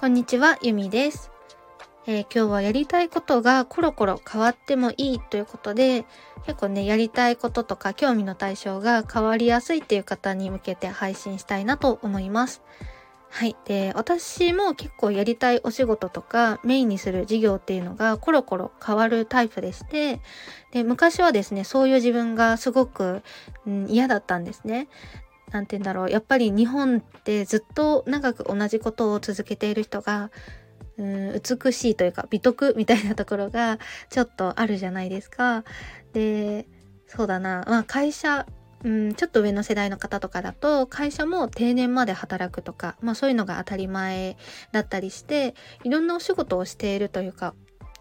こんにちは、ゆみです。今日はやりたいことがコロコロ変わってもいいということで、結構ね、やりたいこととか興味の対象が変わりやすいっていう方に向けて配信したいなと思います。はい。で、私も結構やりたいお仕事とかメインにする事業っていうのがコロコロ変わるタイプでして、で、昔はですね、そういう自分がすごく、嫌だったんですね。なんて言うんだろう。やっぱり日本ってずっと長く同じことを続けている人が、美しいというか美徳みたいなところがちょっとあるじゃないですか。で、そうだな。会社、ちょっと上の世代の方とかだと会社も定年まで働くとか、そういうのが当たり前だったりして、いろんなお仕事をしているというか、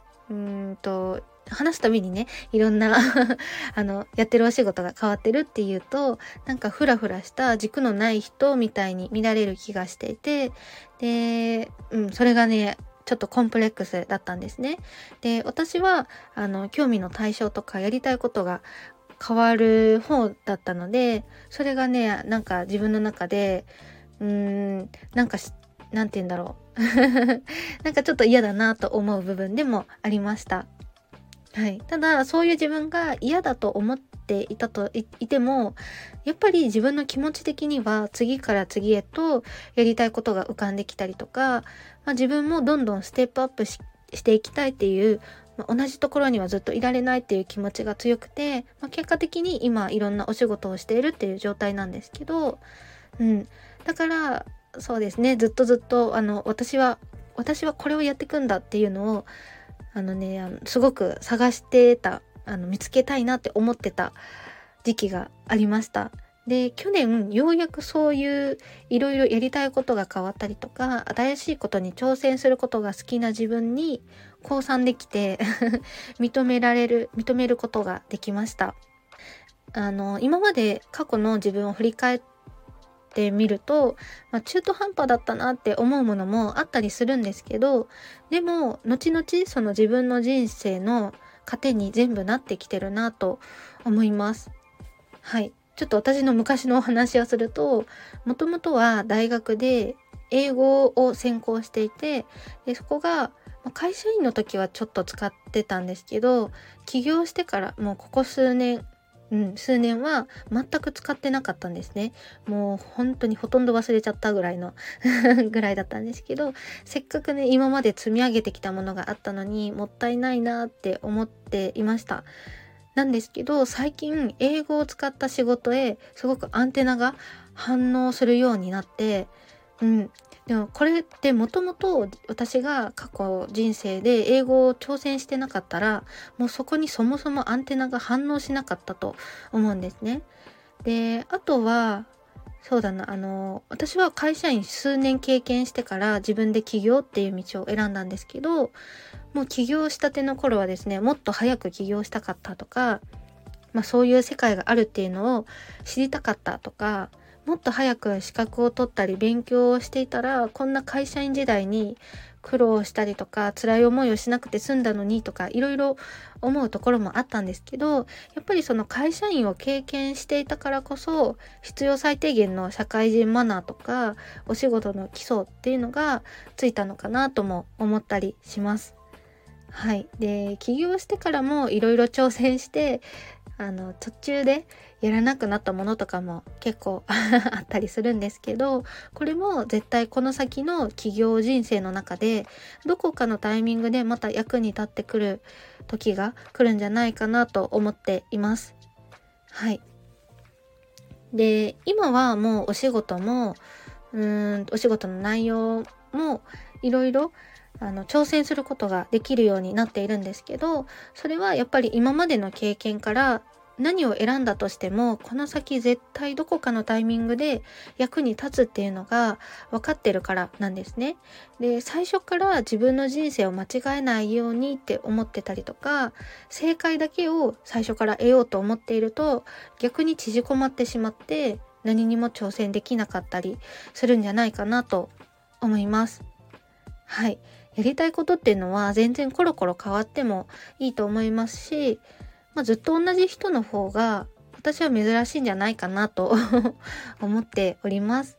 話すたびにね、いろんなやってるお仕事が変わってるっていうと、なんかフラフラした軸のない人みたいに見られる気がしていて、で、それがね、ちょっとコンプレックスだったんですね。で、私は、興味の対象とかやりたいことが変わる方だったので、それがね、なんか自分の中で、なんかなんて言うんだろう。なんかちょっと嫌だなと思う部分でもありました。はい。ただ、そういう自分が嫌だと思っていても、やっぱり自分の気持ち的には次から次へとやりたいことが浮かんできたりとか、自分もどんどんステップアップしていきたいっていう、同じところにはずっといられないっていう気持ちが強くて、結果的に今いろんなお仕事をしているっていう状態なんですけど、だから、そうですね、ずっと私はこれをやっていくんだっていうのをすごく探してた、見つけたいなって思ってた時期がありました。で、去年ようやくそういういろいろやりたいことが変わったりとか、新しいことに挑戦することが好きな自分に降参できて認めることができました。今まで過去の自分を振り返ってみると、中途半端だったなって思うものもあったりするんですけど、でも後々その自分の人生の糧に全部なってきてるなと思います。はい。ちょっと私の昔のお話をすると、もともとは大学で英語を専攻していて、でそこが会社員の時はちょっと使ってたんですけど、起業してからもうここ数年は全く使ってなかったんですね。もう本当にほとんど忘れちゃったぐらいのぐらいだったんですけど、せっかくね、今まで積み上げてきたものがあったのにもったいないなって思っていました。なんですけど、最近英語を使った仕事へすごくアンテナが反応するようになって、でもこれってもともと私が過去人生で英語を挑戦してなかったら、もうそこにそもそもアンテナが反応しなかったと思うんですね。で、あとは、そうだな、私は会社員数年経験してから自分で起業っていう道を選んだんですけど、もう起業したての頃はですね、もっと早く起業したかったとか、そういう世界があるっていうのを知りたかったとか、もっと早く資格を取ったり勉強をしていたら、こんな会社員時代に苦労したりとか辛い思いをしなくて済んだのにとかいろいろ思うところもあったんですけど、やっぱりその会社員を経験していたからこそ必要最低限の社会人マナーとかお仕事の基礎っていうのがついたのかなとも思ったりします。はい。で、起業してからもいろいろ挑戦して、途中でやらなくなったものとかも結構あったりするんですけど、これも絶対この先の起業人生の中で、どこかのタイミングでまた役に立ってくる時が来るんじゃないかなと思っています。はい。で、今はもうお仕事も、お仕事の内容もいろいろ挑戦することができるようになっているんですけど、それはやっぱり今までの経験から何を選んだとしても、この先絶対どこかのタイミングで役に立つっていうのが分かってるからなんですね。で、最初から自分の人生を間違えないようにって思ってたりとか、正解だけを最初から得ようと思っていると、逆に縮こまってしまって何にも挑戦できなかったりするんじゃないかなと思います。はい。やりたいことっていうのは全然コロコロ変わってもいいと思いますし、ずっと同じ人の方が私は珍しいんじゃないかなと思っております。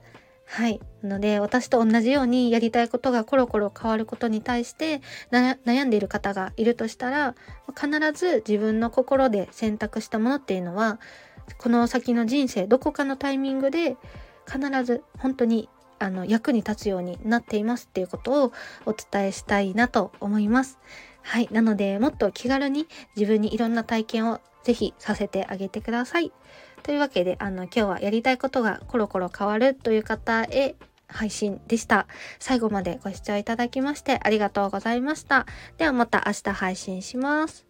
はい。なので、私と同じようにやりたいことがコロコロ変わることに対して悩んでいる方がいるとしたら、必ず自分の心で選択したものっていうのは、この先の人生どこかのタイミングで必ず本当に役に立つようになっていますっていうことをお伝えしたいなと思います。はい。なので、もっと気軽に自分にいろんな体験をぜひさせてあげてください。というわけで、今日はやりたいことがコロコロ変わるという方へ配信でした。最後までご視聴いただきましてありがとうございました。ではまた明日配信します。